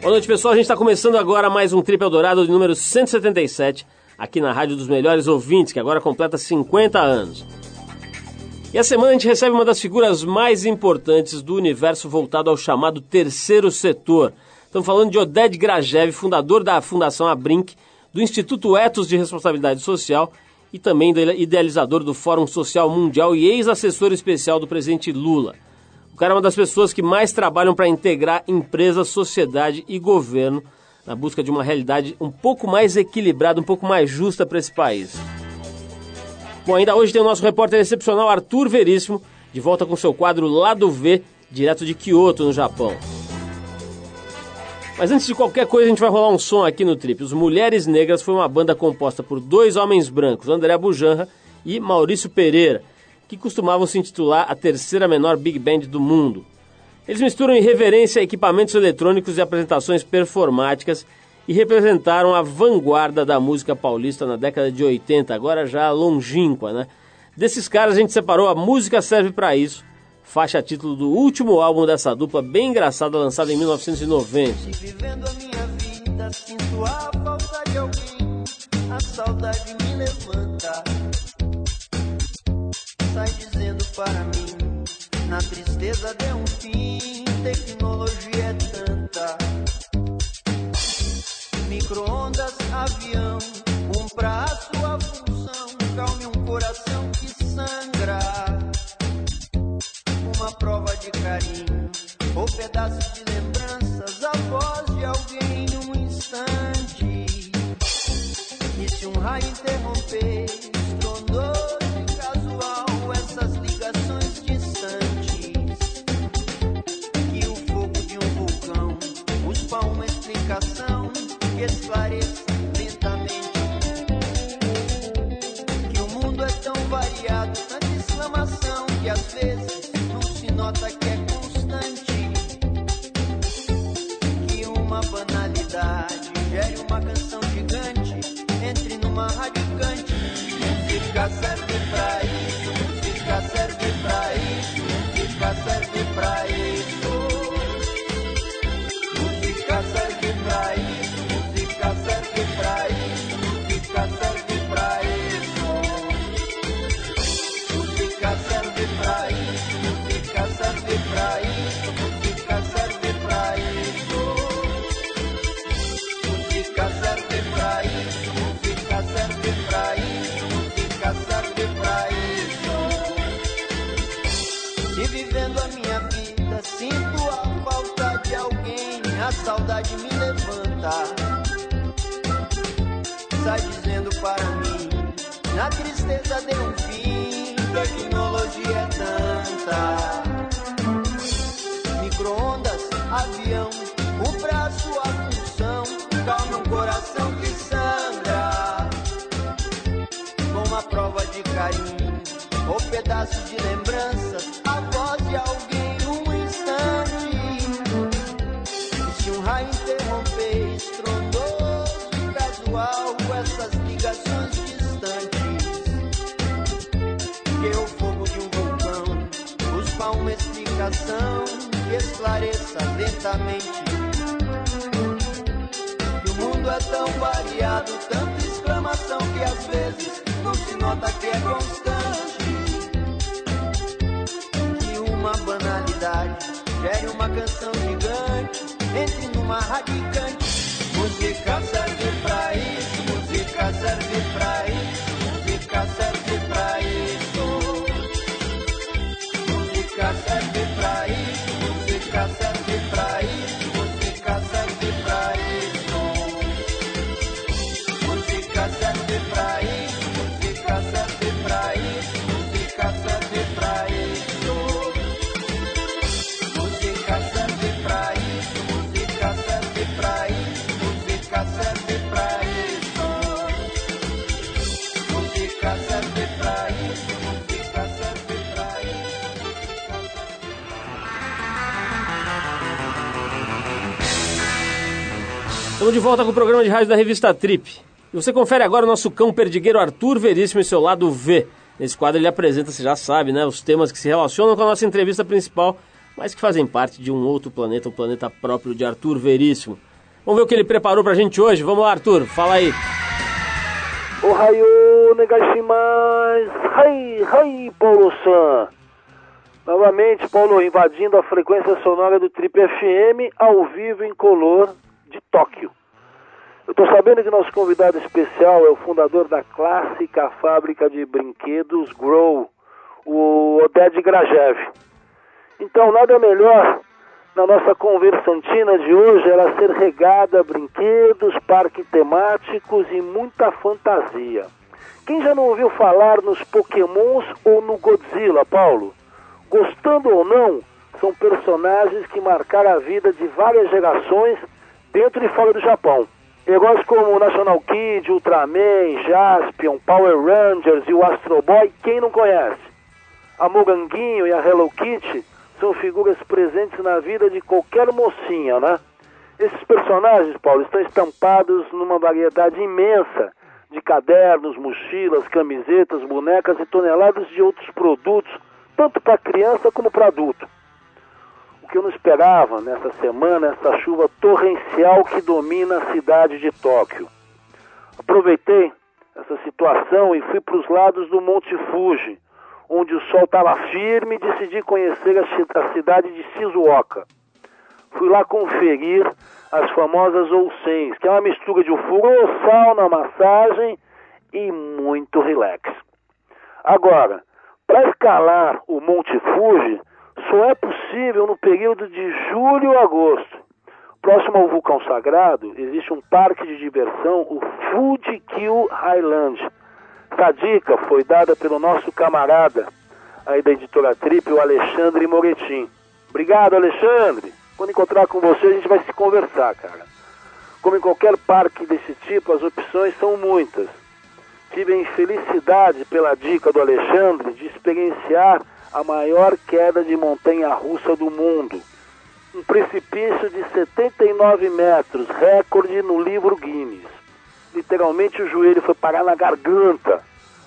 Boa noite, pessoal. A gente está começando agora mais um Trip Eldorado de número 177, aqui na Rádio dos Melhores Ouvintes, que agora completa 50 anos. E a semana a gente recebe uma das figuras mais importantes do universo voltado ao chamado terceiro setor. Estamos falando de Oded Grajew, fundador da Fundação Abrinq, do Instituto Ethos de Responsabilidade Social e também idealizador do Fórum Social Mundial e ex-assessor especial do presidente Lula. O cara é uma das pessoas que mais trabalham para integrar empresa, sociedade e governo na busca de uma realidade um pouco mais equilibrada, um pouco mais justa para esse país. Bom, ainda hoje tem o nosso repórter excepcional Arthur Veríssimo, de volta com seu quadro Lado V, direto de Kyoto, no Japão. Mas antes de qualquer coisa, a gente vai rolar um som aqui no Trip. Os Mulheres Negras foi uma banda composta por dois homens brancos, André Bujanra e Maurício Pereira, que costumavam se intitular a terceira menor big band do mundo. Eles misturam irreverência, equipamentos eletrônicos e apresentações performáticas e representaram a vanguarda da música paulista na década de 80, agora já longínqua, né? Desses caras a gente separou A Música Serve Pra Isso, faixa título do último álbum dessa dupla bem engraçada, lançado em 1990. Vivendo a minha vida, sinto a falta de alguém, a saudade me levanta. Sai dizendo para mim, na tristeza deu um fim, tecnologia é tanta. Micro-ondas, avião, pra sua função, calme um coração que sangra. Uma prova de carinho, ou pedaço de lembranças, a voz de alguém num instante. E se um raio interromper, estrondoso e casual, essas ligações distantes, que o fogo de um vulcão busca uma explicação que esclareça lentamente. Que o mundo é tão variado, tanta exclamação, que às vezes não se nota que é constante. Que uma banalidade gere uma canção gigante, entre numa radicante. Música serve pra isso, música serve pra isso, música serve pra isso. Música serve pra isso, música serve pra isso, música serve pra isso. Música serve pra isso, música serve pra isso, música serve pra isso. Música serve pra isso, música serve pra isso, música serve pra isso. Se vivendo a minha vida, sinto a falta de alguém, a saudade me levanta. Sai dizendo para mim, na tristeza deu um fim, tecnologia é tanta. Micro-ondas, avião, o braço, a função, calma um coração que sangra. Com uma prova de carinho, ou pedaço de lembranças, a voz de alguém num instante. E se um raio interromper, estrondoso e casual, essas ligações distantes, que o fogo de um vulcão busca uma explicação que esclareça lentamente. Que o mundo é tão variado, tanta exclamação, que às vezes não se nota que é constante. Que uma banalidade gere uma canção gigante, entre numa radicante. Música serve pra isso, música serve pra isso, música serve pra isso. Música serve pra isso, música serve pra isso, música serve pra isso. Música serve pra isso, música serve pra isso, música serve pra isso. Música serve pra isso, música serve pra isso, música serve pra isso. Música serve pra isso, música serve pra isso. Estamos de volta com o programa de rádio da revista Trip. E você confere agora o nosso cão perdigueiro Arthur Veríssimo e seu lado V. Nesse quadro ele apresenta, você já sabe, né, os temas que se relacionam com a nossa entrevista principal, mas que fazem parte de um outro planeta, o planeta próprio de Arthur Veríssimo. Vamos ver o que ele preparou pra gente hoje. Vamos lá, Arthur, fala aí. Ohayou, negashimasu, hai, Paulo-san. Novamente, Paulo, invadindo a frequência sonora do Trip FM, ao vivo em color de Tóquio. Eu estou sabendo que nosso convidado especial é o fundador da clássica fábrica de brinquedos Grow, o Oded Grajew. Então, nada melhor na nossa conversantina de hoje era ser regada a brinquedos, parques temáticos e muita fantasia. Quem já não ouviu falar nos Pokémons ou no Godzilla, Paulo? Gostando ou não, são personagens que marcaram a vida de várias gerações dentro e fora do Japão. Heróis como National Kid, Ultraman, Jaspion, Power Rangers e o Astro Boy, quem não conhece? A Moranguinho e a Hello Kitty são figuras presentes na vida de qualquer mocinha, né? Esses personagens, Paulo, estão estampados numa variedade imensa de cadernos, mochilas, camisetas, bonecas e toneladas de outros produtos, tanto para criança como para adulto. O que eu não esperava nessa semana é essa chuva torrencial que domina a cidade de Tóquio. Aproveitei essa situação e fui para os lados do Monte Fuji, onde o sol estava firme, e decidi conhecer a cidade de Shizuoka. Fui lá conferir as famosas onsens, que é uma mistura de ofurô, sauna, massagem e muito relax. Agora, para escalar o Monte Fuji, só é possível no período de julho a agosto. Próximo ao vulcão sagrado, existe um parque de diversão, o Fuji-Q Highland. Essa dica foi dada pelo nosso camarada aí da editora Trip, o Alexandre Moretin. Obrigado, Alexandre. Quando encontrar com você, a gente vai se conversar, cara. Como em qualquer parque desse tipo, as opções são muitas. Tive a infelicidade, pela dica do Alexandre, de experienciar a maior queda de montanha-russa do mundo. Um precipício de 79 metros, recorde no livro Guinness. Literalmente o joelho foi parar na garganta.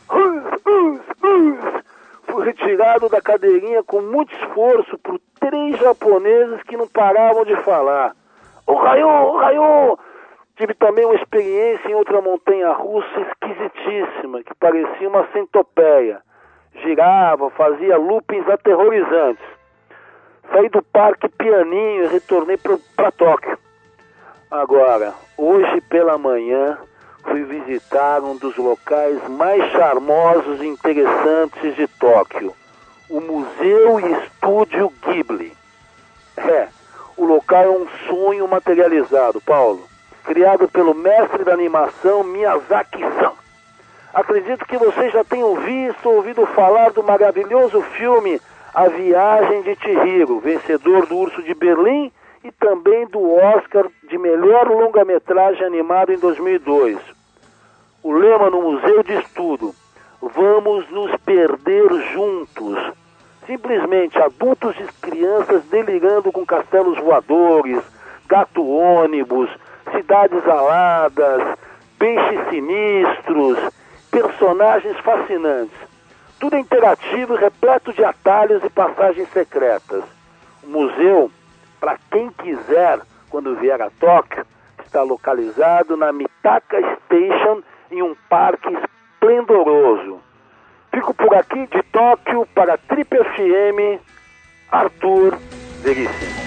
Fui retirado da cadeirinha com muito esforço por 3 japoneses que não paravam de falar. Ohayou! Tive também uma experiência em outra montanha-russa esquisitíssima, que parecia uma centopeia. Girava, fazia loopings aterrorizantes. Saí do parque pianinho e retornei para Tóquio. Agora, hoje pela manhã, fui visitar um dos locais mais charmosos e interessantes de Tóquio, o Museu e Estúdio Ghibli. O local é um sonho materializado, Paulo, criado pelo mestre da animação Miyazaki-san. Acredito que vocês já tenham visto ou ouvido falar do maravilhoso filme A Viagem de Chihiro, vencedor do Urso de Berlim e também do Oscar de melhor longa-metragem animado em 2002. O lema no Museu diz tudo: vamos nos perder juntos. Simplesmente adultos e crianças delirando com castelos voadores, gato-ônibus, cidades aladas, peixes sinistros, personagens fascinantes. Tudo é interativo e repleto de atalhos e passagens secretas. O museu, para quem quiser, quando vier a Tóquio, está localizado na Mitaka Station, em um parque esplendoroso. Fico por aqui de Tóquio para Trip FM, Arthur Veríssimo.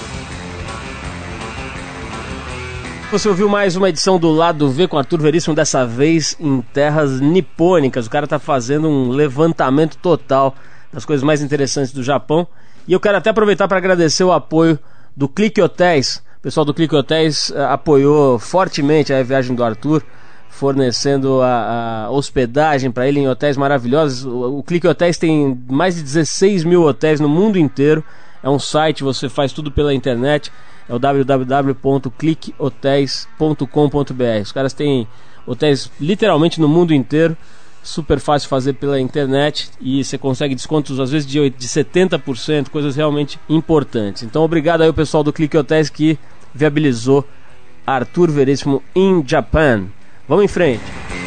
Você ouviu mais uma edição do Lado V com Arthur Veríssimo, dessa vez em terras nipônicas. O cara está fazendo um levantamento total das coisas mais interessantes do Japão. E eu quero até aproveitar para agradecer o apoio do Clique Hotéis. O pessoal do Clique Hotéis apoiou fortemente a viagem do Arthur, fornecendo a hospedagem para ele em hotéis maravilhosos. O Clique Hotéis tem mais de 16 mil hotéis no mundo inteiro. É um site, você faz tudo pela internet. É o www.cliquehotéis.com.br. Os caras têm hotéis literalmente no mundo inteiro. Super fácil fazer pela internet e você consegue descontos às vezes de 70%, coisas realmente importantes. Então obrigado aí ao pessoal do Clique Hotéis que viabilizou Arthur Veríssimo in Japan. Vamos em frente.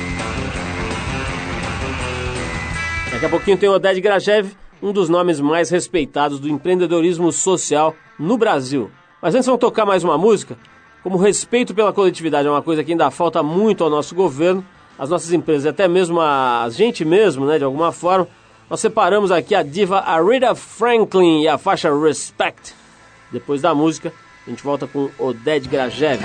Daqui a pouquinho tem o Oded Grajew, um dos nomes mais respeitados do empreendedorismo social no Brasil. Mas antes vamos tocar mais uma música. Como respeito pela coletividade é uma coisa que ainda falta muito ao nosso governo, as nossas empresas, até mesmo a gente mesmo, né, de alguma forma, nós separamos aqui a diva Aretha Franklin e a faixa Respect. Depois da música, a gente volta com Oded Grajew.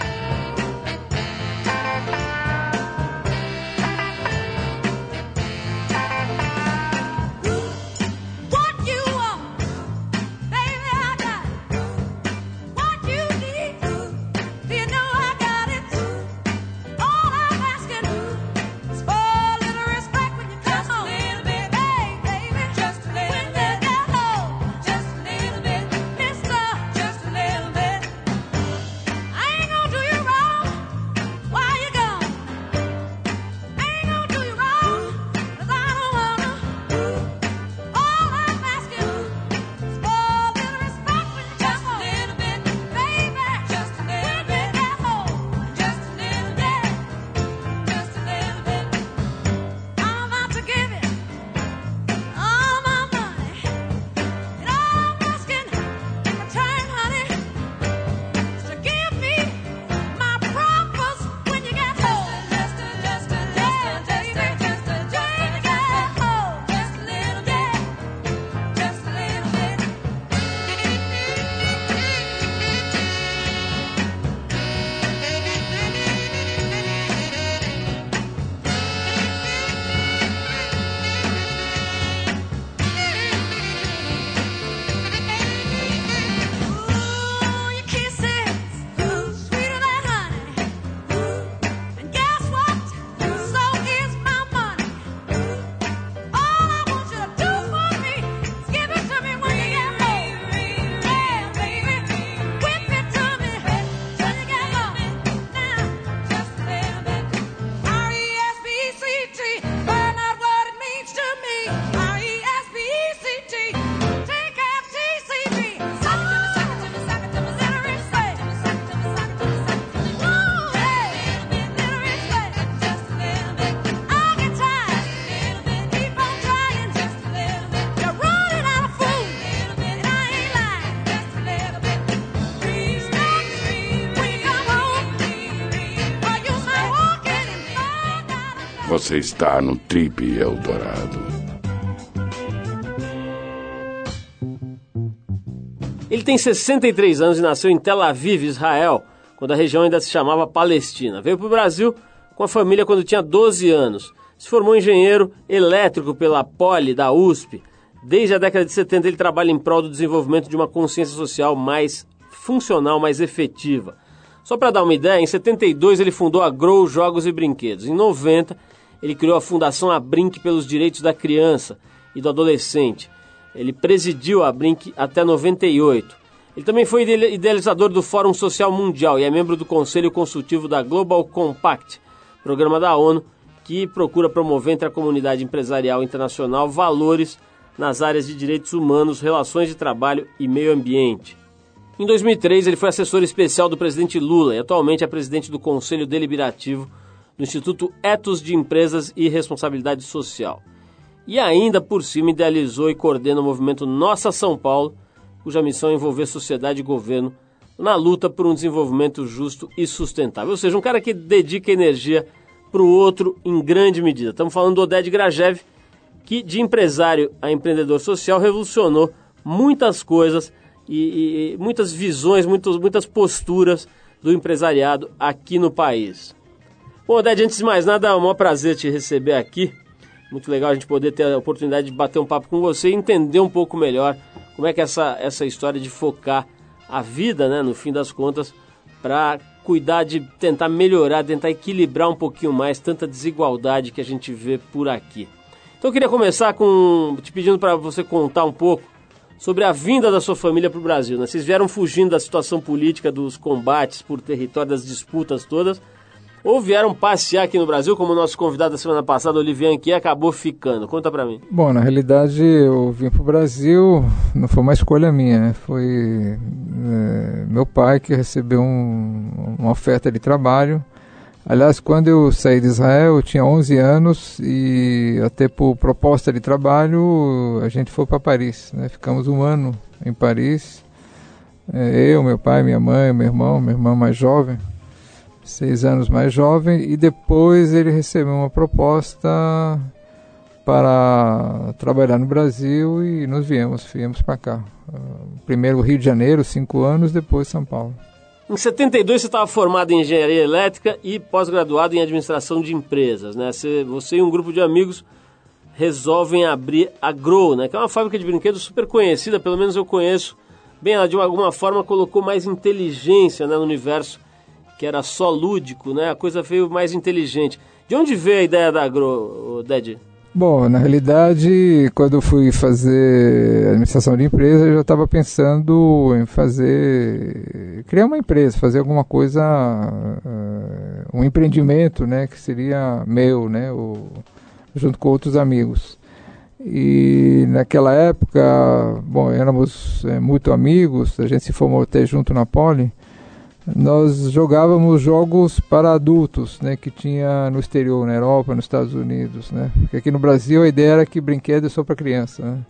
Você está no Trip Eldorado. Ele tem 63 anos e nasceu em Tel Aviv, Israel, quando a região ainda se chamava Palestina. Veio para o Brasil com a família quando tinha 12 anos. Se formou engenheiro elétrico pela Poli, da USP. Desde a década de 70 ele trabalha em prol do desenvolvimento de uma consciência social mais funcional, mais efetiva. Só para dar uma ideia, em 72 ele fundou a Grow Jogos e Brinquedos. Em 90 ele criou a Fundação Abrinq pelos Direitos da Criança e do Adolescente. Ele presidiu a Abrinq até 98. Ele também foi idealizador do Fórum Social Mundial e é membro do Conselho Consultivo da Global Compact, programa da ONU, que procura promover entre a comunidade empresarial internacional valores nas áreas de direitos humanos, relações de trabalho e meio ambiente. Em 2003, ele foi assessor especial do presidente Lula e atualmente é presidente do Conselho Deliberativo do Instituto Ethos de Empresas e Responsabilidade Social. E ainda, por cima, idealizou e coordena o movimento Nossa São Paulo, cuja missão é envolver sociedade e governo na luta por um desenvolvimento justo e sustentável. Ou seja, um cara que dedica energia para o outro em grande medida. Estamos falando do Oded Grajew, que de empresário a empreendedor social revolucionou muitas coisas e muitas visões, muitas posturas do empresariado aqui no país. Bom, Oded, antes de mais nada, é um maior prazer te receber aqui. Muito legal a gente poder ter a oportunidade de bater um papo com você e entender um pouco melhor como é que essa história de focar a vida, né, no fim das contas, para cuidar de tentar melhorar, tentar equilibrar um pouquinho mais tanta desigualdade que a gente vê por aqui. Então eu queria começar te pedindo para você contar um pouco sobre a vinda da sua família para o Brasil, né? Vocês vieram fugindo da situação política, dos combates por território, das disputas todas, ou vieram passear aqui no Brasil, como o nosso convidado da semana passada, Olivier Anquier, acabou ficando? Conta pra mim. Bom, na realidade eu vim pro Brasil, não foi uma escolha minha, né? Foi meu pai que recebeu uma oferta de trabalho. Aliás, quando eu saí de Israel, eu tinha 11 anos e até por proposta de trabalho a gente foi para Paris, né? Ficamos um ano em Paris. Eu, meu pai, minha mãe, meu irmão mais jovem, 6 anos mais jovem, e depois ele recebeu uma proposta para trabalhar no Brasil e nos viemos para cá. Primeiro Rio de Janeiro, 5 anos, depois São Paulo. Em 72 você estava formado em engenharia elétrica e pós-graduado em administração de empresas, né? Você e um grupo de amigos resolvem abrir a Grow, né? Que é uma fábrica de brinquedos super conhecida, pelo menos eu conheço bem. Ela de alguma forma colocou mais inteligência, né, no universo que era só lúdico, né? A coisa veio mais inteligente. De onde veio a ideia da Grow, Ded? Bom, na realidade, quando eu fui fazer administração de empresa, eu já estava pensando em criar uma empresa, fazer alguma coisa, um empreendimento, né, que seria meu, né, junto com outros amigos. E naquela época, bom, éramos muito amigos, a gente se formou até junto na Poli. Nós jogávamos jogos para adultos, né, que tinha no exterior, na Europa, nos Estados Unidos, né, porque aqui no Brasil a ideia era que brinquedo é só para criança, né,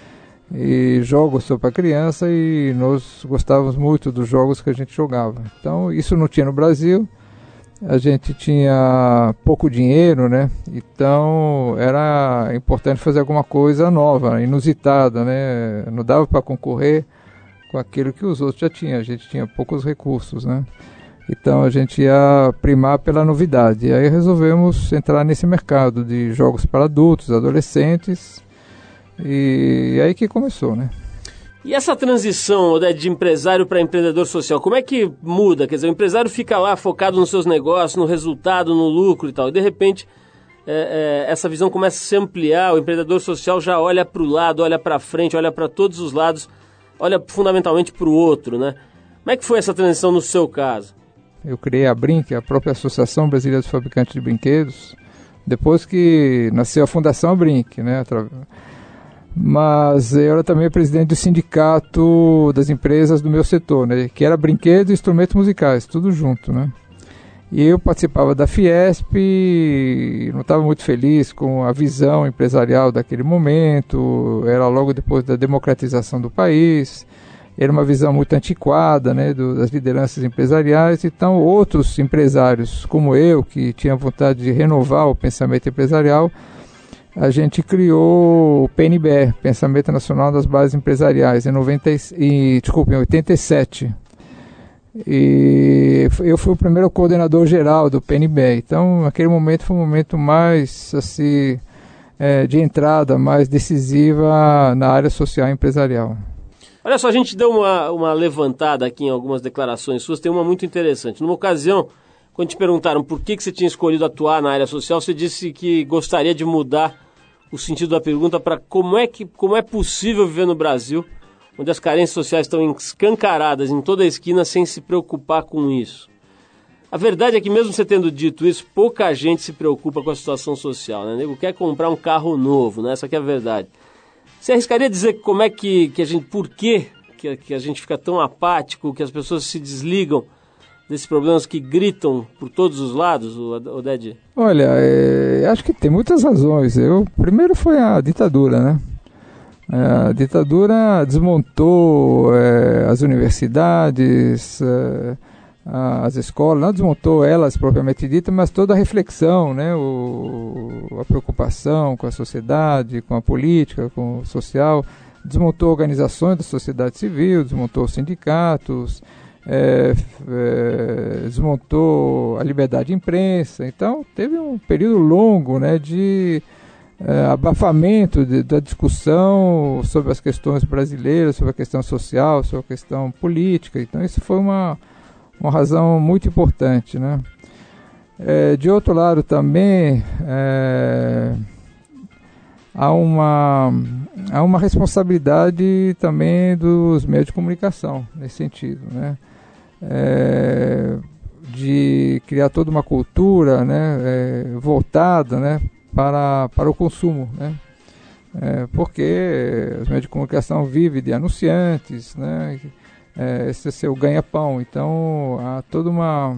e jogos só para criança, e nós gostávamos muito dos jogos que a gente jogava. Então isso não tinha no Brasil, a gente tinha pouco dinheiro, né, então era importante fazer alguma coisa nova, inusitada, né, não dava para concorrer com aquilo que os outros já tinham, a gente tinha poucos recursos, né? Então a gente ia primar pela novidade. E aí resolvemos entrar nesse mercado de jogos para adultos, adolescentes, e aí que começou, né? E essa transição, né, de empresário para empreendedor social, como é que muda? Quer dizer, o empresário fica lá focado nos seus negócios, no resultado, no lucro e tal, e de repente essa visão começa a se ampliar, o empreendedor social já olha para o lado, olha para frente, olha para todos os lados, olha fundamentalmente para o outro, né? Como é que foi essa transição no seu caso? Eu criei a Brinque, a própria Associação Brasileira dos Fabricantes de Brinquedos, depois que nasceu a Fundação Brinque, né? Mas eu era também presidente do sindicato das empresas do meu setor, né? Que era brinquedos e instrumentos musicais, tudo junto, né? E eu participava da Fiesp, não estava muito feliz com a visão empresarial daquele momento, era logo depois da democratização do país, era uma visão muito antiquada, né, das lideranças empresariais. Então outros empresários como eu, que tinham vontade de renovar o pensamento empresarial, a gente criou o PNBE, Pensamento Nacional das Bases Empresariais, em 87. E eu fui o primeiro coordenador geral do PNBE. Então, naquele momento foi um momento mais assim, de entrada, mais decisiva na área social e empresarial. Olha só, a gente deu uma levantada aqui em algumas declarações suas, tem uma muito interessante. Numa ocasião, quando te perguntaram por que você tinha escolhido atuar na área social, você disse que gostaria de mudar o sentido da pergunta para como é possível viver no Brasil, onde as carências sociais estão escancaradas em toda a esquina sem se preocupar com isso. A verdade é que mesmo você tendo dito isso, pouca gente se preocupa com a situação social, né? O nego quer comprar um carro novo, né? Essa aqui é a verdade. Você arriscaria dizer como é que a gente, por que a gente fica tão apático, que as pessoas se desligam desses problemas que gritam por todos os lados, Oded? Olha, acho que tem muitas razões. Primeiro foi a ditadura, né? A ditadura desmontou as universidades, as escolas, não desmontou elas propriamente dita, mas toda a reflexão, né, a preocupação com a sociedade, com a política, com o social, desmontou organizações da sociedade civil, desmontou os sindicatos, desmontou a liberdade de imprensa. Então teve um período longo, né, de abafamento da discussão sobre as questões brasileiras, sobre a questão social, sobre a questão política. Então isso foi uma razão muito importante, né? De outro lado também há uma responsabilidade também dos meios de comunicação nesse sentido, né? De criar toda uma cultura, né, voltada, né, para o consumo, né? Porque os meios de comunicação vivem de anunciantes, né? Esse é seu ganha-pão. Então há toda uma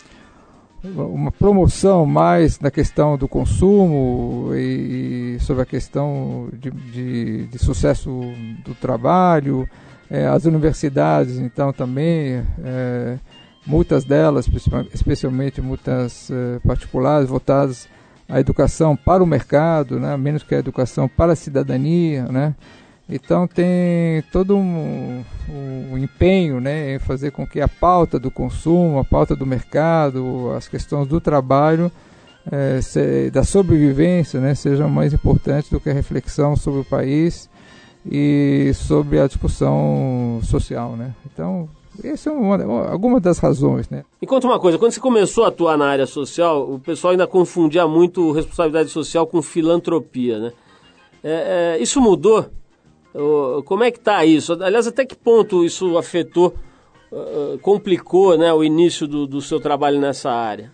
promoção mais na questão do consumo e sobre a questão de sucesso do trabalho, As universidades, então, também, muitas delas, especialmente muitas particulares, voltadas à educação para o mercado, né? Menos que a educação para a cidadania, né? Então tem todo um empenho, né, em fazer com que a pauta do consumo, a pauta do mercado, as questões do trabalho, da sobrevivência, né, sejam mais importantes do que a reflexão sobre o país e sobre a discussão social, né? Então, essa é alguma das razões, né? Me conta uma coisa, quando você começou a atuar na área social, o pessoal ainda confundia muito responsabilidade social com filantropia, né? Isso mudou? Como é que está isso? Aliás, até que ponto isso afetou, complicou, né, o início do seu trabalho nessa área?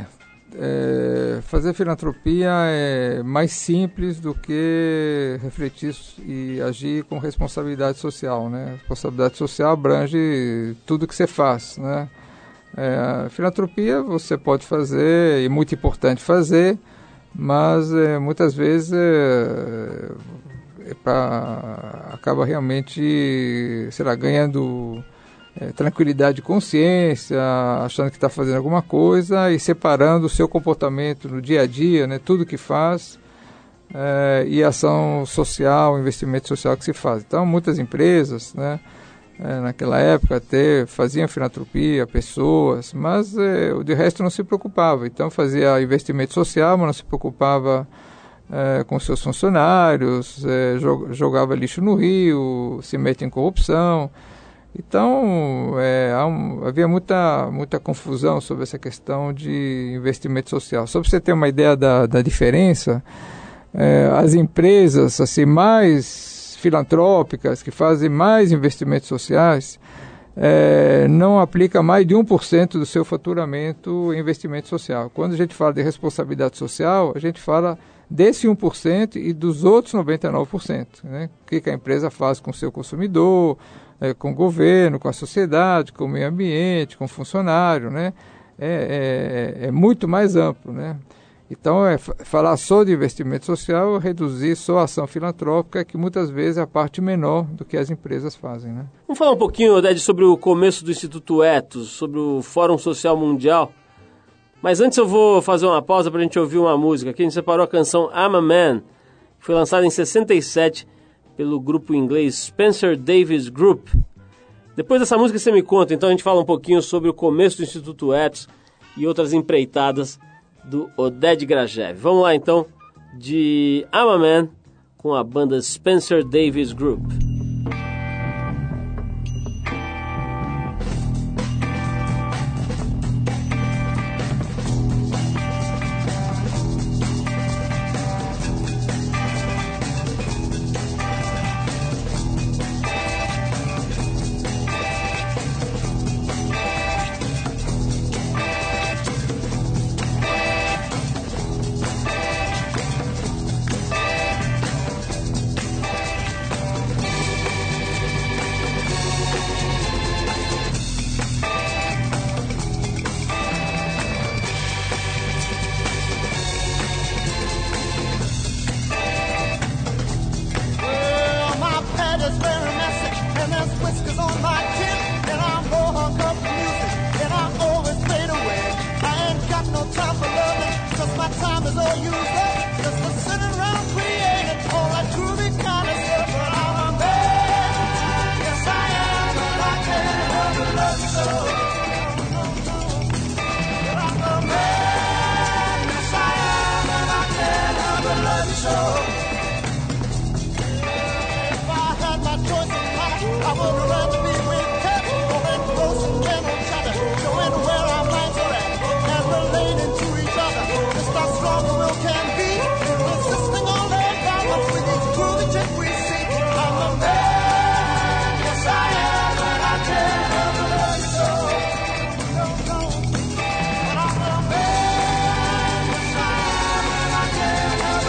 Fazer filantropia é mais simples do que refletir e agir com responsabilidade social, né? Responsabilidade social abrange tudo que você faz, né? Filantropia você pode fazer, e muito importante fazer, mas muitas vezes acaba realmente, ganhando tranquilidade de consciência, achando que está fazendo alguma coisa e separando o seu comportamento no dia a dia, né, tudo que faz, e ação social, investimento social que se faz. Então, muitas empresas, né, naquela época até faziam filantropia, pessoas, mas de resto não se preocupava. Então, fazia investimento social, mas não se preocupava com seus funcionários, jogava lixo no rio, se mete em corrupção. Então, havia muita confusão sobre essa questão de investimento social. Só para você ter uma ideia da diferença, as empresas assim, mais filantrópicas, que fazem mais investimentos sociais, não aplicam mais de 1% do seu faturamento em investimento social. Quando a gente fala de responsabilidade social, a gente fala desse 1% e dos outros 99%. Né? O que a empresa faz com o seu consumidor, com o governo, com a sociedade, com o meio ambiente, com o funcionário, né? É muito mais amplo, né? Então, falar só de investimento social é reduzir só a ação filantrópica, que muitas vezes é a parte menor do que as empresas fazem, né? Vamos falar um pouquinho, Oded, sobre o começo do Instituto Ethos, sobre o Fórum Social Mundial. Mas antes eu vou fazer uma pausa para a gente ouvir uma música. Aqui a gente separou a canção I'm a Man, que foi lançada em 67 pelo grupo inglês Spencer Davis Group. Depois dessa música você me conta, então a gente fala um pouquinho sobre o começo do Instituto Ethos e outras empreitadas do Oded Grajew. Vamos lá então, de I'm a Man com a banda Spencer Davis Group.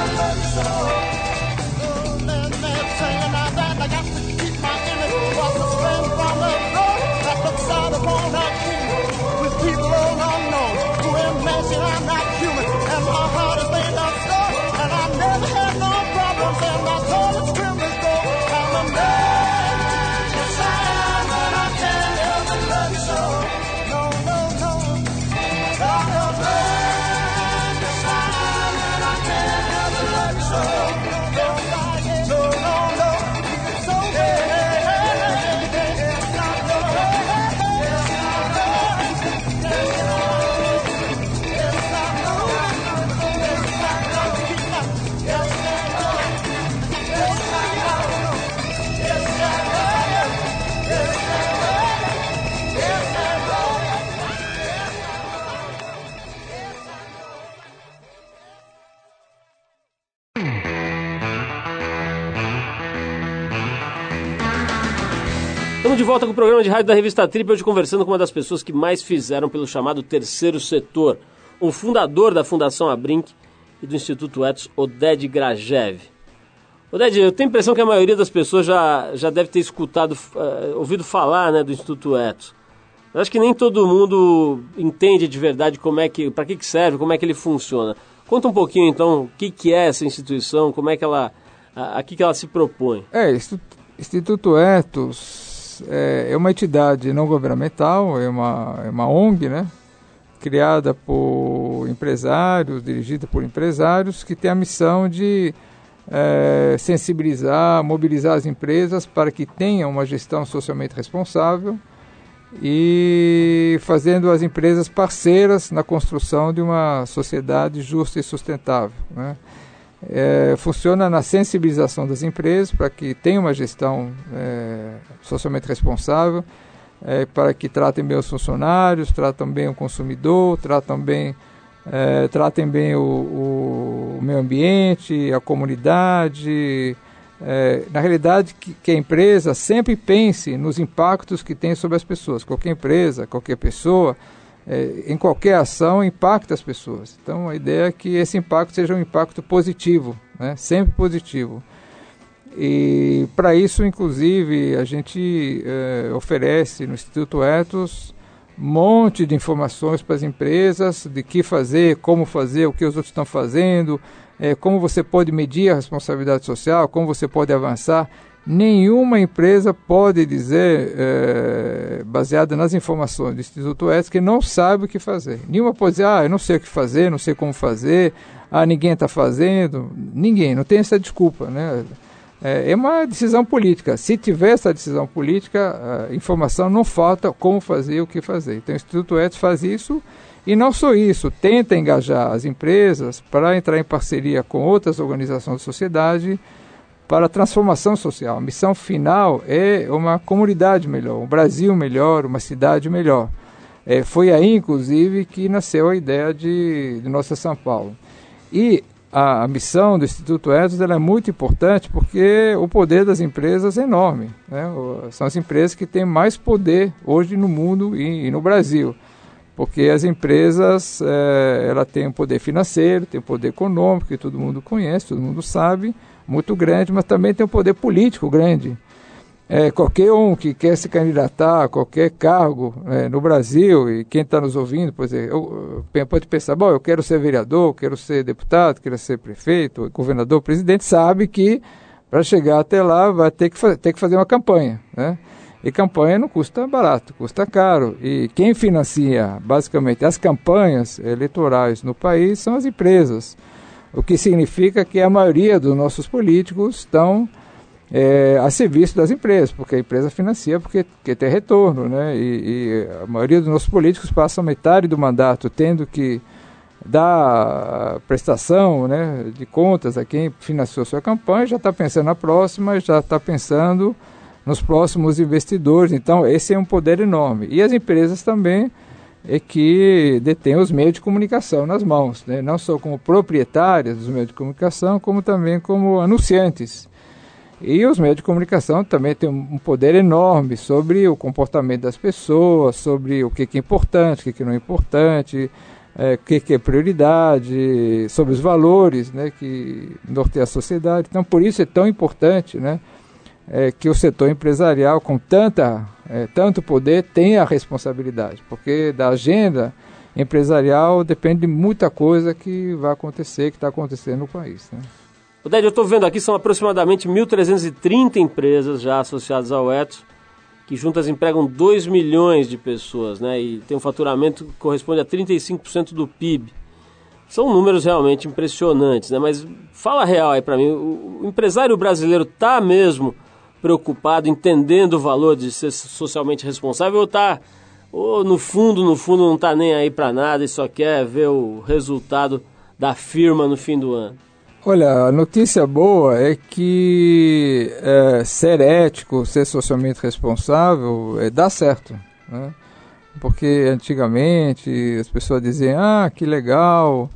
I got to keep my image. Estamos de volta com o programa de rádio da Revista Trip, hoje conversando com uma das pessoas que mais fizeram pelo chamado terceiro setor, o fundador da Fundação Abrinq e do Instituto Etos, Oded Grajew. Oded, eu tenho a impressão que a maioria das pessoas já deve ter ouvido falar, né, do Instituto Etos. Mas acho que nem todo mundo entende de verdade para que serve, como é que ele funciona. Conta um pouquinho, então, o que é essa instituição, como é que a que ela se propõe. Instituto Etos é uma entidade não governamental, é uma ONG, né? Criada por empresários, dirigida por empresários, que tem a missão de sensibilizar, mobilizar as empresas para que tenham uma gestão socialmente responsável e fazendo as empresas parceiras na construção de uma sociedade justa e sustentável, né? Funciona na sensibilização das empresas para que tenham uma gestão socialmente responsável, para que tratem bem os funcionários, tratem bem o consumidor, tratem bem o meio ambiente, a comunidade. Na realidade, que a empresa sempre pense nos impactos que tem sobre as pessoas. Qualquer empresa, qualquer pessoa, em qualquer ação, impacta as pessoas. Então, a ideia é que esse impacto seja um impacto positivo, né? Sempre positivo. E, para isso, inclusive, a gente oferece no Instituto Etos um monte de informações para as empresas de que fazer, como fazer, o que os outros estão fazendo, como você pode medir a responsabilidade social, como você pode avançar. Nenhuma empresa pode dizer, baseada nas informações do Instituto Etos, que não sabe o que fazer. Nenhuma pode dizer, eu não sei o que fazer, não sei como fazer, ninguém está fazendo. Ninguém, não tem essa desculpa, né? É uma decisão política. Se tiver essa decisão política, a informação não falta como fazer e o que fazer. Então o Instituto Etos faz isso e não só isso, tenta engajar as empresas para entrar em parceria com outras organizações da sociedade para a transformação social. A missão final é uma comunidade melhor, um Brasil melhor, uma cidade melhor. Foi aí, inclusive, que nasceu a ideia de Nossa São Paulo. E a missão do Instituto Etos é muito importante porque o poder das empresas é enorme, né? São as empresas que têm mais poder hoje no mundo e no Brasil, porque as empresas ela tem um poder financeiro, tem um poder econômico, que todo mundo conhece, todo mundo sabe, muito grande, mas também tem um poder político grande. Qualquer um que quer se candidatar a qualquer cargo no Brasil, e quem está nos ouvindo, por exemplo, pode pensar, eu quero ser vereador, quero ser deputado, quero ser prefeito, governador, presidente, sabe que para chegar até lá vai ter que fazer uma campanha, né? E campanha não custa barato, custa caro. E quem financia basicamente as campanhas eleitorais no país são as empresas, o que significa que a maioria dos nossos políticos estão a serviço das empresas, porque a empresa financia porque tem retorno, né? E a maioria dos nossos políticos passam metade do mandato tendo que dar prestação, né, de contas a quem financiou sua campanha, já está pensando na próxima, já está pensando nos próximos investidores. Então esse é um poder enorme. E as empresas também que detêm os meios de comunicação nas mãos, né? Não só como proprietárias dos meios de comunicação, como também como anunciantes. E os meios de comunicação também têm um poder enorme sobre o comportamento das pessoas, sobre o que é importante, o que não é importante, o que é prioridade, sobre os valores, né, que norteiam a sociedade. Então, por isso é tão importante, né, que o setor empresarial, com tanto poder, tenha a responsabilidade, porque da agenda empresarial depende de muita coisa que vai acontecer, que está acontecendo no país, né? Oded, eu estou vendo aqui, são aproximadamente 1.330 empresas já associadas ao Etos, que juntas empregam 2 milhões de pessoas, né? E tem um faturamento que corresponde a 35% do PIB. São números realmente impressionantes, né? Mas fala real aí para mim, o empresário brasileiro está mesmo preocupado, entendendo o valor de ser socialmente responsável, ou no fundo não está nem aí para nada e só quer ver o resultado da firma no fim do ano? Olha, a notícia boa é que ser ético, ser socialmente responsável, dá certo, né? Porque antigamente as pessoas diziam, que legal,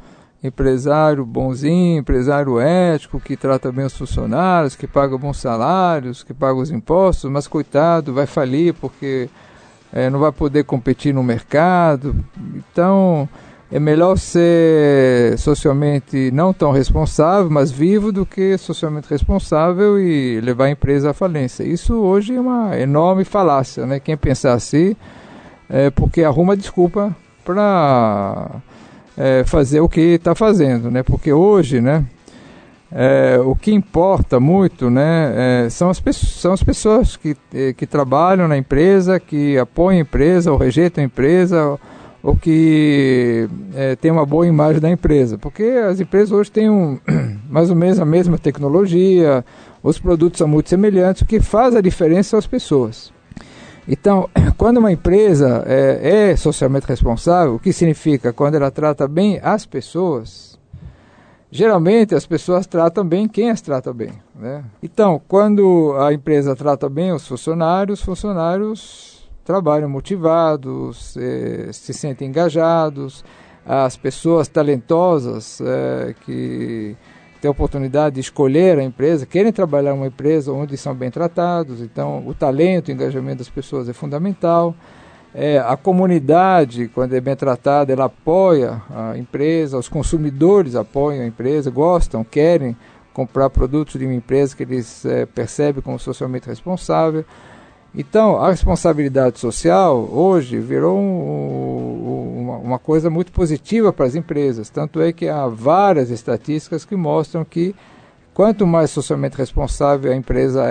empresário bonzinho, empresário ético, que trata bem os funcionários, que paga bons salários, que paga os impostos, mas coitado, vai falir porque não vai poder competir no mercado. Então, é melhor ser socialmente não tão responsável, mas vivo, do que socialmente responsável e levar a empresa à falência. Isso hoje é uma enorme falácia, né? Quem pensar assim porque arruma desculpa para fazer o que está fazendo, né? Porque hoje, né, o que importa muito, né, são as pessoas que trabalham na empresa, que apoiam a empresa ou rejeitam a empresa, ou que tem uma boa imagem da empresa, porque as empresas hoje têm mais ou menos a mesma tecnologia, os produtos são muito semelhantes, o que faz a diferença são as pessoas. Então, quando uma empresa é socialmente responsável, o que significa? Quando ela trata bem as pessoas, geralmente as pessoas tratam bem quem as trata bem, né? Então, quando a empresa trata bem os funcionários trabalham motivados, se sentem engajados, as pessoas talentosas que têm a oportunidade de escolher a empresa, querem trabalhar em uma empresa onde são bem tratados. Então, o talento, o engajamento das pessoas é fundamental. A comunidade, quando é bem tratada, ela apoia a empresa, os consumidores apoiam a empresa, gostam, querem comprar produtos de uma empresa que eles percebem como socialmente responsável. Então, a responsabilidade social hoje virou uma coisa muito positiva para as empresas. Tanto é que há várias estatísticas que mostram que quanto mais socialmente responsável a empresa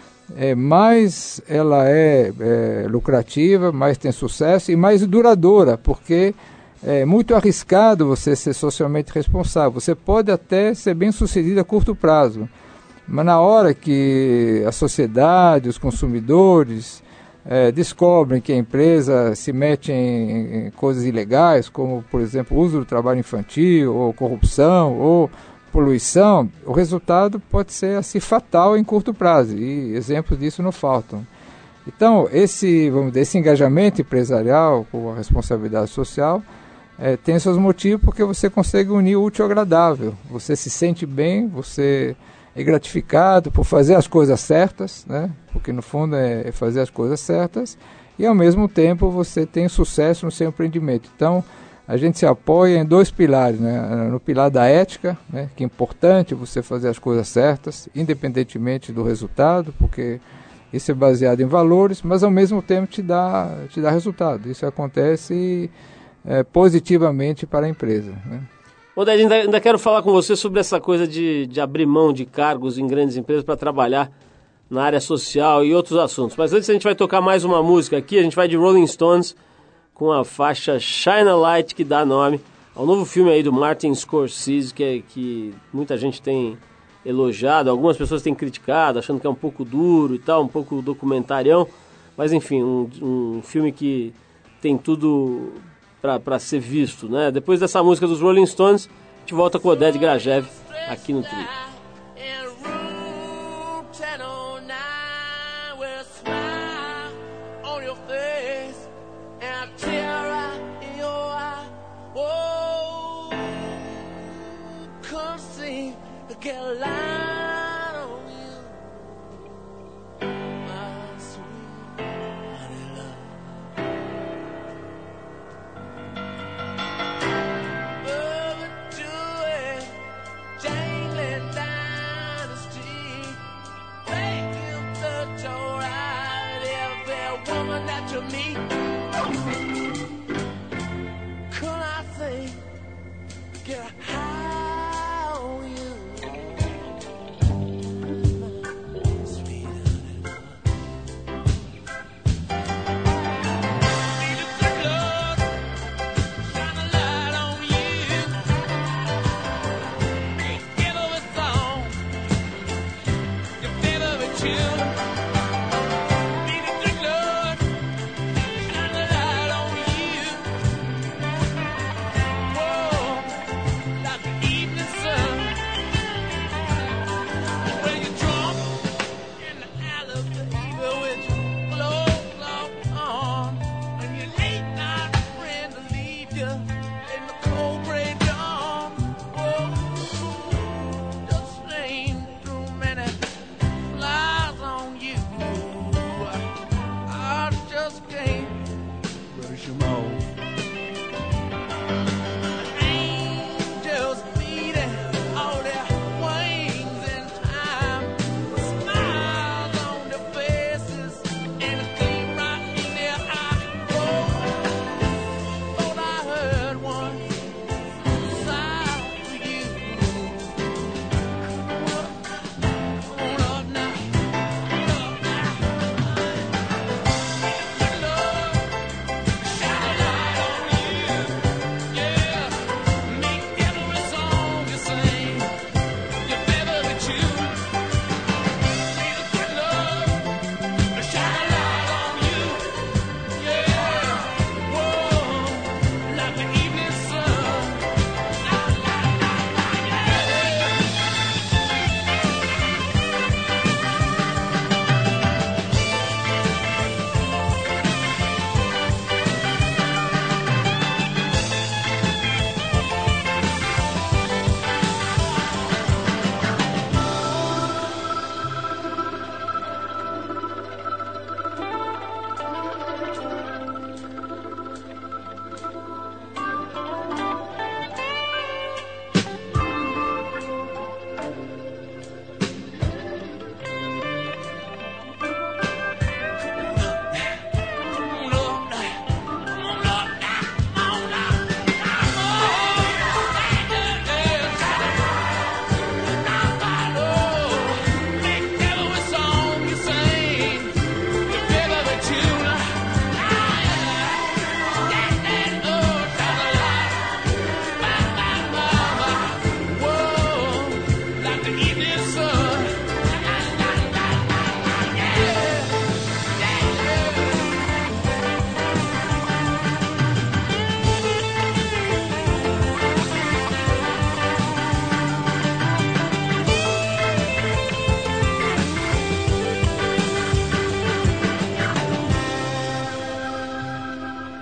mais ela é lucrativa, mais tem sucesso e mais duradoura, porque é muito arriscado você ser socialmente responsável. Você pode até ser bem sucedido a curto prazo, mas na hora que a sociedade, os consumidores descobrem que a empresa se mete em coisas ilegais, como, por exemplo, o uso do trabalho infantil, ou corrupção, ou poluição, o resultado pode ser assim fatal em curto prazo, e exemplos disso não faltam. Então, esse engajamento empresarial com a responsabilidade social tem seus motivos, porque você consegue unir o útil ao agradável. Você se sente bem, você é gratificado por fazer as coisas certas, né? Porque no fundo é fazer as coisas certas, e ao mesmo tempo você tem sucesso no seu empreendimento. Então, a gente se apoia em dois pilares, né? No pilar da ética, né? Que é importante você fazer as coisas certas, independentemente do resultado, porque isso é baseado em valores, mas ao mesmo tempo te dá resultado. Isso acontece positivamente para a empresa, né? Oded, ainda quero falar com você sobre essa coisa de abrir mão de cargos em grandes empresas para trabalhar na área social e outros assuntos. Mas antes a gente vai tocar mais uma música aqui, a gente vai de Rolling Stones com a faixa Shine a Light, que dá nome ao novo filme aí do Martin Scorsese, que muita gente tem elogiado, algumas pessoas têm criticado, achando que é um pouco duro e tal, um pouco documentarião, mas enfim, um filme que tem tudo para ser visto, né? Depois dessa música dos Rolling Stones, a gente volta com o Oded Grajew aqui no Trio.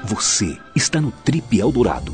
Você está no Trip Eldorado.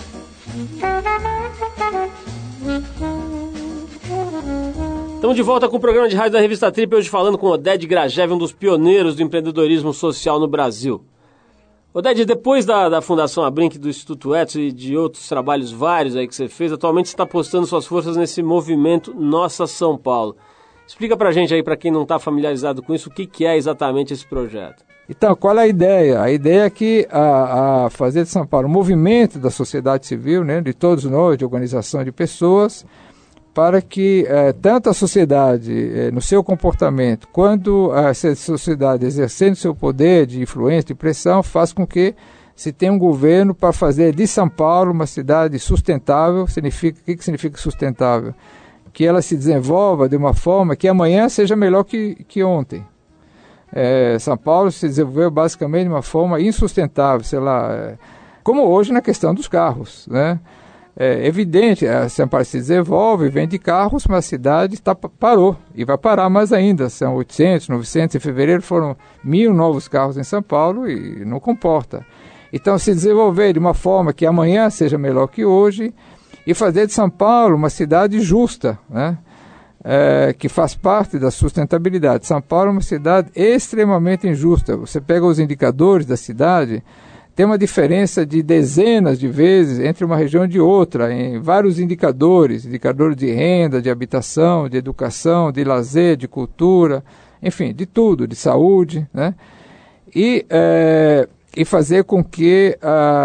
Estamos de volta com o programa de rádio da Revista Trip, hoje falando com Oded Grajew, um dos pioneiros do empreendedorismo social no Brasil. Oded, depois da Fundação Abrinq, do Instituto Edson e de outros trabalhos vários aí que você fez, atualmente você está postando suas forças nesse movimento Nossa São Paulo. Explica pra gente aí, para quem não está familiarizado com isso, o que é exatamente esse projeto. Então, qual é a ideia? A ideia é que a fazer de São Paulo um movimento da sociedade civil, né, de todos nós, de organização de pessoas, para que tanto a sociedade, no seu comportamento, quanto a sociedade exercendo seu poder de influência, de pressão, faça com que se tenha um governo para fazer de São Paulo uma cidade sustentável. O que significa sustentável? Que ela se desenvolva de uma forma que amanhã seja melhor que ontem. São Paulo se desenvolveu basicamente de uma forma insustentável, sei lá, como hoje na questão dos carros, né? É evidente, São Paulo se desenvolve, vende carros, mas a cidade parou e vai parar mais ainda. São 800, 900, em fevereiro foram 1.000 novos carros em São Paulo e não comporta. Então, se desenvolver de uma forma que amanhã seja melhor que hoje e fazer de São Paulo uma cidade justa, né? Que faz parte da sustentabilidade. São Paulo é uma cidade extremamente injusta. Você pega os indicadores da cidade, tem uma diferença de dezenas de vezes entre uma região e outra, em vários indicadores de renda, de habitação, de educação, de lazer, de cultura, enfim, de tudo, de saúde, né? E fazer com que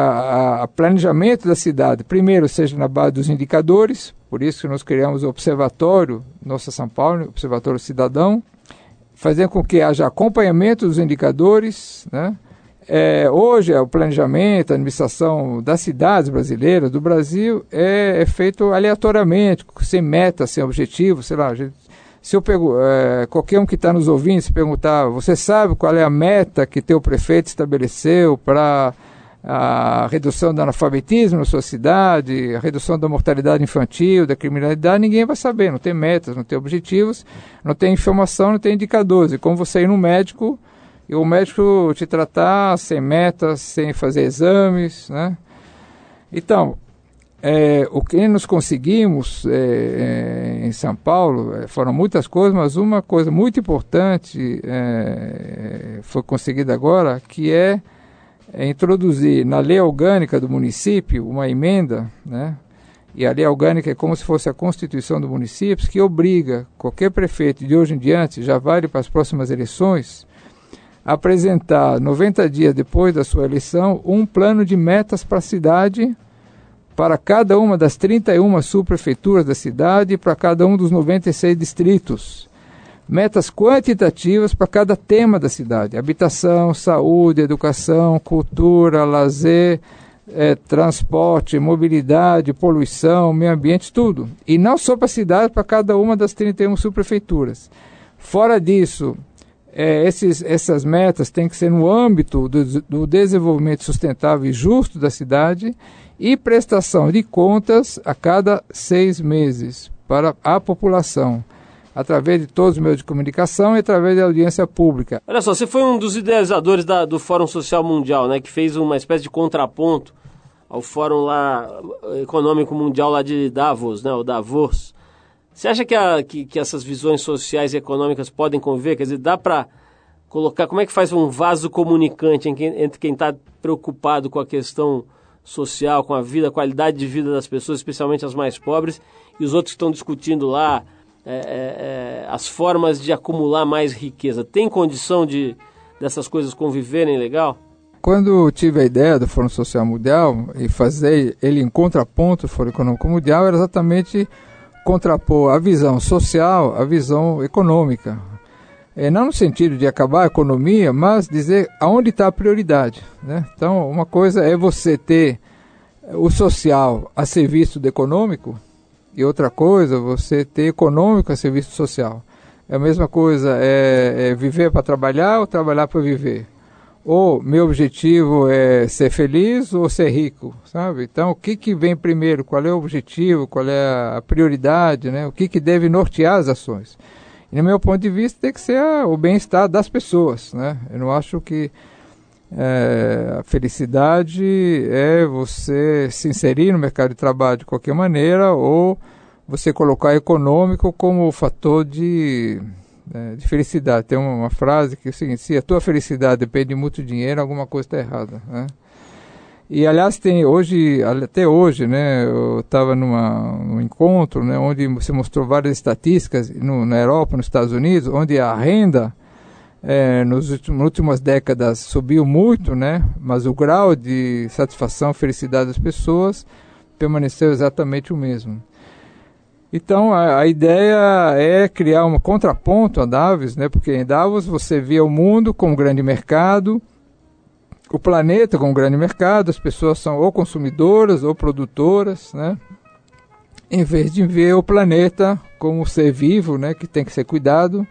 o planejamento da cidade, primeiro, seja na base dos indicadores, por isso que nós criamos o Observatório Nossa São Paulo, Observatório Cidadão, fazer com que haja acompanhamento dos indicadores, né? Hoje, o planejamento, a administração das cidades brasileiras, do Brasil, é feito aleatoriamente, sem meta, sem objetivo, sei lá. Se eu qualquer um que está nos ouvindo se perguntar, você sabe qual é a meta que teu prefeito estabeleceu para a redução do analfabetismo na sua cidade, a redução da mortalidade infantil, da criminalidade, ninguém vai saber, não tem metas, não tem objetivos, não tem informação, não tem indicadores. E como você ir no médico, e o médico te tratar sem metas, sem fazer exames, né? Então, o que nós conseguimos em São Paulo foram muitas coisas, mas uma coisa muito importante foi conseguida agora, que é introduzir na lei orgânica do município uma emenda, né? E a lei orgânica é como se fosse a Constituição do município, que obriga qualquer prefeito de hoje em diante, já vale para as próximas eleições, apresentar 90 dias depois da sua eleição um plano de metas para a cidade, para cada uma das 31 subprefeituras da cidade e para cada um dos 96 distritos. Metas quantitativas para cada tema da cidade: habitação, saúde, educação, cultura, lazer, transporte, mobilidade, poluição, meio ambiente, tudo. E não só para a cidade, para cada uma das 31 subprefeituras. Fora disso, essas metas têm que ser no âmbito do desenvolvimento sustentável e justo da cidade e prestação de contas a cada 6 meses para a população, através de todos os meios de comunicação e através da audiência pública. Olha só, você foi um dos idealizadores do Fórum Social Mundial, né, que fez uma espécie de contraponto ao Fórum lá, Econômico Mundial lá de Davos, né, o Davos. Você acha que essas visões sociais e econômicas podem conviver? Quer dizer, dá para colocar, como é que faz um vaso comunicante entre quem está preocupado com a questão social, com a vida, a qualidade de vida das pessoas, especialmente as mais pobres, e os outros que estão discutindo lá as formas de acumular mais riqueza? Tem condição dessas coisas conviverem legal? Quando tive a ideia do Fórum Social Mundial e fazer ele em contraponto ao Fórum Econômico Mundial, era exatamente contrapor a visão social à visão econômica. Não no sentido de acabar a economia, mas dizer aonde está a prioridade, né? Então, uma coisa é você ter o social a serviço do econômico e outra coisa você ter econômico a serviço do social. É a mesma coisa, viver para trabalhar ou trabalhar para viver. Ou meu objetivo é ser feliz ou ser rico, sabe? Então, o que vem primeiro? Qual é o objetivo? Qual é a prioridade, né? O que deve nortear as ações? E, no meu ponto de vista, tem que ser o bem-estar das pessoas, né? Eu não acho que A felicidade é você se inserir no mercado de trabalho de qualquer maneira, ou você colocar econômico como fator de felicidade. Tem uma frase que é o seguinte: se a tua felicidade depende de muito dinheiro, alguma coisa está errada, né? E aliás, até hoje, né, eu estava num encontro, né, onde você mostrou várias estatísticas na Europa, nos Estados Unidos, onde a renda nas últimas décadas subiu muito, né, mas o grau de satisfação, felicidade das pessoas permaneceu exatamente o mesmo. Então a ideia é criar um contraponto a Davos, né, porque em Davos você via o mundo como um grande mercado, o planeta como um grande mercado, as pessoas são ou consumidoras ou produtoras, né, em vez de ver o planeta como um ser vivo, né, que tem que ser cuidado,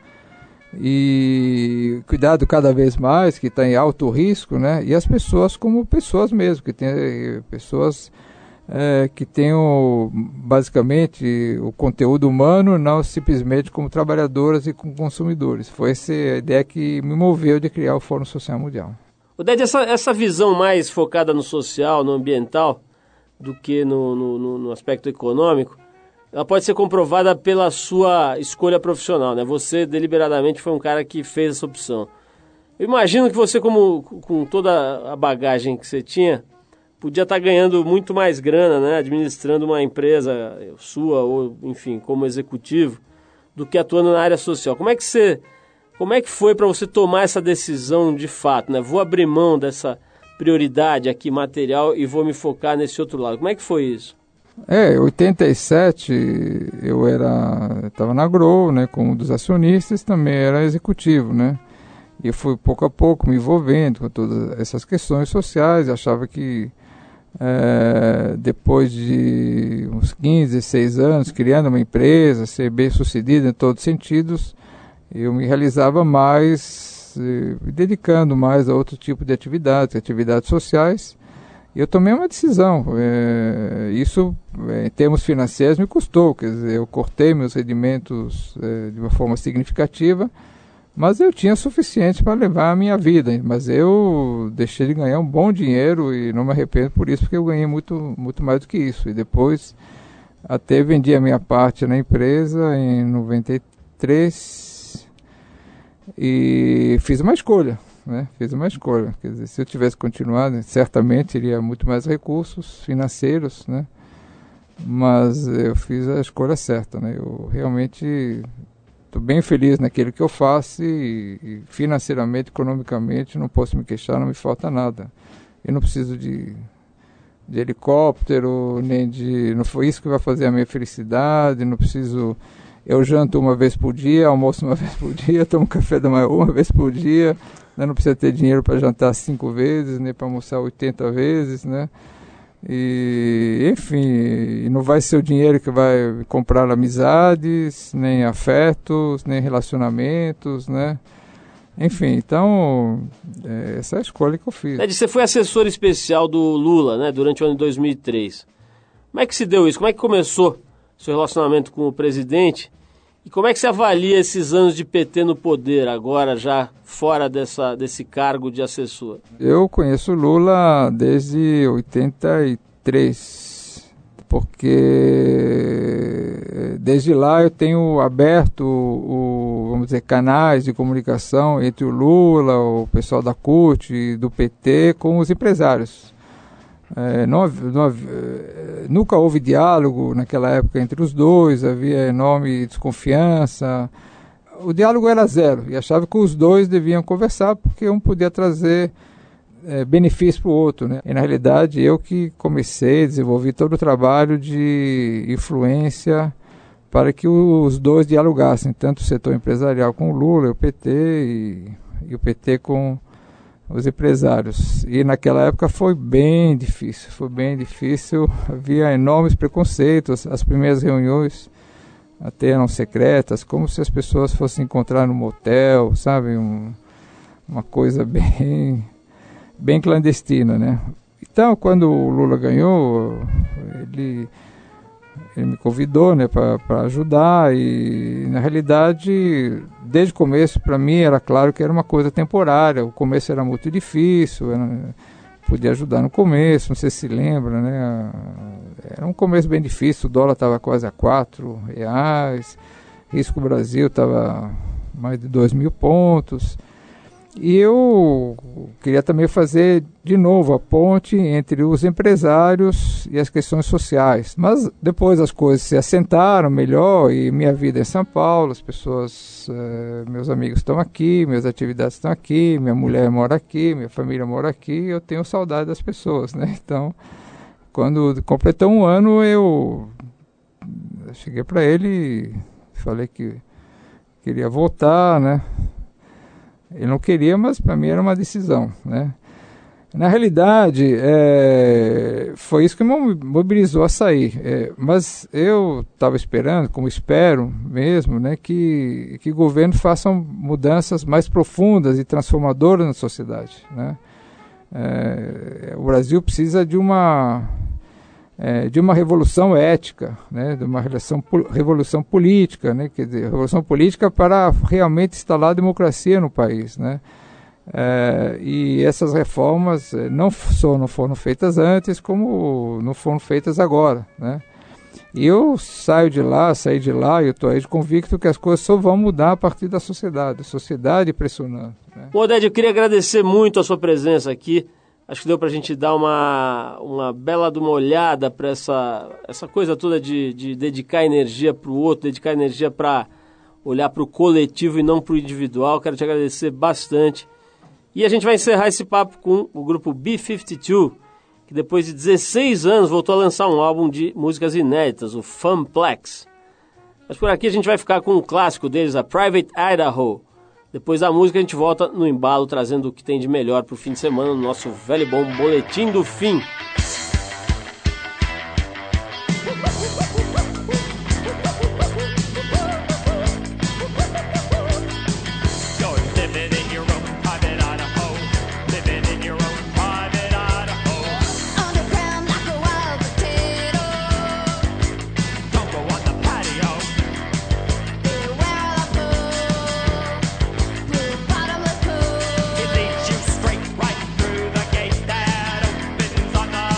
e cuidado cada vez mais, que está em alto risco, né, e as pessoas como pessoas mesmo, que tem pessoas que tenham basicamente o conteúdo humano, não simplesmente como trabalhadoras e como consumidores. Foi essa a ideia que me moveu de criar o Fórum Social Mundial. Oded, essa visão mais focada no social, no ambiental, do que no aspecto econômico, ela pode ser comprovada pela sua escolha profissional, né? Você deliberadamente foi um cara que fez essa opção. Eu imagino que você, com toda a bagagem que você tinha, podia estar ganhando muito mais grana, né, administrando uma empresa sua, ou enfim, como executivo, do que atuando na área social. Como é que foi para você tomar essa decisão de fato, né? Vou abrir mão dessa prioridade aqui material e vou me focar nesse outro lado. Como é que foi isso? Em 87 eu estava na Grow, né, como um dos acionistas, também era executivo, né? E eu fui pouco a pouco me envolvendo com todas essas questões sociais. Achava que depois de uns 15, 16 anos criando uma empresa, ser bem sucedido em todos os sentidos, eu me realizava mais, me dedicando mais a outro tipo de atividades sociais. E eu tomei uma decisão. Isso, em termos financeiros, me custou. Quer dizer, eu cortei meus rendimentos de uma forma significativa, mas eu tinha suficiente para levar a minha vida. Mas eu deixei de ganhar um bom dinheiro e não me arrependo por isso, porque eu ganhei muito, muito mais do que isso. E depois até vendi a minha parte na empresa em 93 e fiz uma escolha. Né? Fiz uma escolha. Quer dizer, se eu tivesse continuado, certamente teria muito mais recursos financeiros, né? Mas eu fiz a escolha certa, né? Eu realmente estou bem feliz naquilo que eu faço e financeiramente, economicamente, não posso me queixar, não me falta nada. Eu não preciso de helicóptero, nem de... Não foi isso que vai fazer a minha felicidade, não preciso... Eu janto uma vez por dia, almoço uma vez por dia, tomo café da manhã uma vez por dia, né? Não precisa ter dinheiro para jantar 5 vezes, nem para almoçar 80 vezes, né? E, enfim, não vai ser o dinheiro que vai comprar amizades, nem afetos, nem relacionamentos, né? Enfim, então, essa é a escolha que eu fiz. Ed, você foi assessor especial do Lula, né, durante o ano de 2003. Como é que se deu isso? Como é que começou seu relacionamento com o presidente? E como é que você avalia esses anos de PT no poder, agora já fora desse cargo de assessor? Eu conheço o Lula desde 83, porque desde lá eu tenho aberto, vamos dizer, canais de comunicação entre o Lula, o pessoal da CUT e do PT com os empresários. Nunca houve diálogo naquela época entre os dois, havia enorme desconfiança. O diálogo era zero e achava que os dois deviam conversar porque um podia trazer benefício para o outro, né? E na realidade eu que desenvolvi todo o trabalho de influência para que os dois dialogassem, tanto o setor empresarial com o Lula, o PT e o PT com os empresários. E naquela época foi bem difícil, havia enormes preconceitos, as primeiras reuniões até eram secretas, como se as pessoas fossem encontrar no motel, sabe, uma coisa bem clandestina, né? Então, quando o Lula ganhou, ele me convidou, né, para ajudar, e na realidade desde o começo, para mim, era claro que era uma coisa temporária. O começo era muito difícil, podia ajudar no começo, não sei se lembra, né? Era um começo bem difícil, o dólar estava quase a R$4, risco Brasil estava mais de 2.000 pontos. E eu queria também fazer de novo a ponte entre os empresários e as questões sociais. Mas depois as coisas se assentaram melhor e minha vida é em São Paulo, as pessoas, meus amigos estão aqui, minhas atividades estão aqui, minha mulher mora aqui, minha família mora aqui, eu tenho saudade das pessoas, né? Então, quando completou um ano, eu cheguei para ele e falei que queria voltar, né? Ele não queria, mas para mim era uma decisão, né? Na realidade, foi isso que me mobilizou a sair. Mas eu estava esperando, como espero mesmo, né, que o governo faça mudanças mais profundas e transformadoras na sociedade, né? O Brasil precisa de uma revolução ética, né, de uma revolução política, né, quer dizer, revolução política para realmente instalar a democracia no país, né? E essas reformas não só não foram feitas antes, como não foram feitas agora, né? E eu saí de lá e eu estou aí convicto que as coisas só vão mudar a partir da sociedade pressionando, né? Oded, eu queria agradecer muito a sua presença aqui. Acho que deu para a gente dar uma bela de uma olhada para essa coisa toda de dedicar energia para o outro, dedicar energia para olhar para o coletivo e não para o individual. Quero te agradecer bastante. E a gente vai encerrar esse papo com o grupo B-52, que depois de 16 anos voltou a lançar um álbum de músicas inéditas, o Funplex. Mas por aqui a gente vai ficar com um clássico deles, a Private Idaho. Depois da música a gente volta no embalo, trazendo o que tem de melhor para o fim de semana no nosso velho e bom Boletim do Fim. It leads you straight right through the gate that opens on the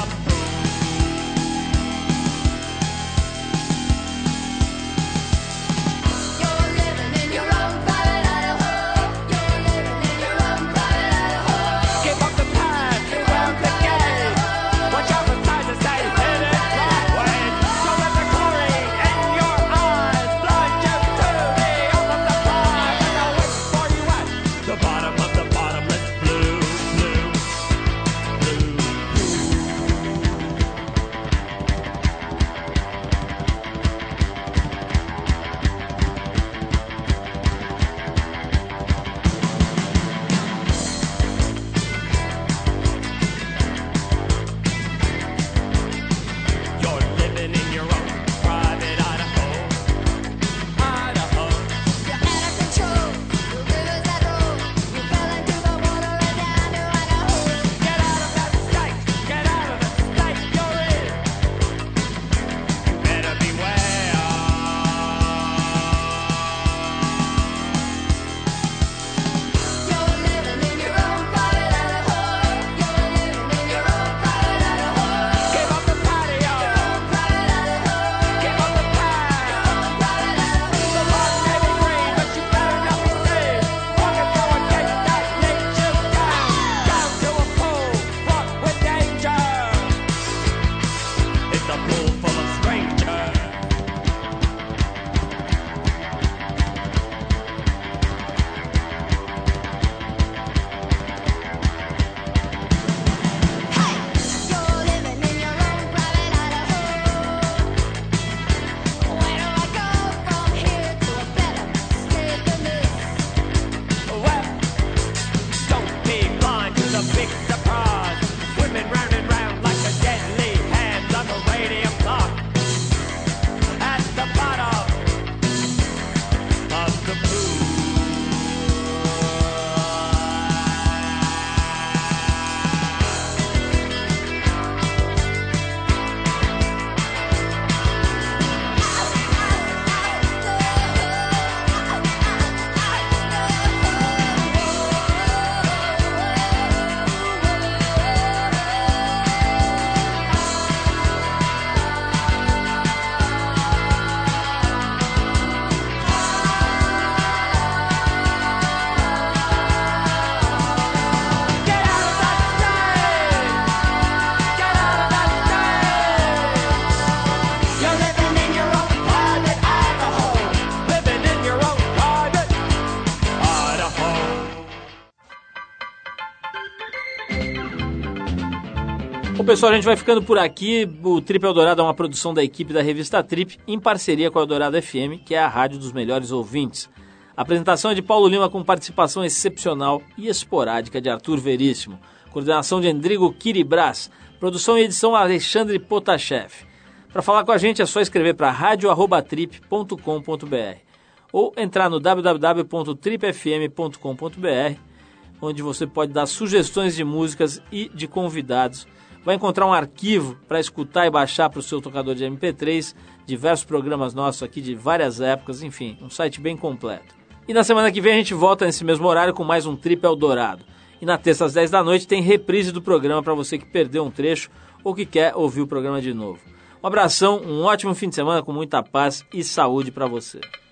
Bom, pessoal, a gente vai ficando por aqui. O Trip Eldorado é uma produção da equipe da revista Trip, em parceria com a Eldorado FM, que é a rádio dos melhores ouvintes. A apresentação é de Paulo Lima, com participação excepcional e esporádica de Arthur Veríssimo. Coordenação de Endrigo Kiribras. Produção e edição Alexandre Potashev. Para falar com a gente é só escrever para radio@trip.com.br ou entrar no www.tripfm.com.br, onde você pode dar sugestões de músicas e de convidados. Vai encontrar um arquivo para escutar e baixar para o seu tocador de MP3, diversos programas nossos aqui de várias épocas, enfim, um site bem completo. E na semana que vem a gente volta nesse mesmo horário com mais um Trip Eldorado. E na terça às 10 da noite tem reprise do programa para você que perdeu um trecho ou que quer ouvir o programa de novo. Um abração, um ótimo fim de semana com muita paz e saúde para você.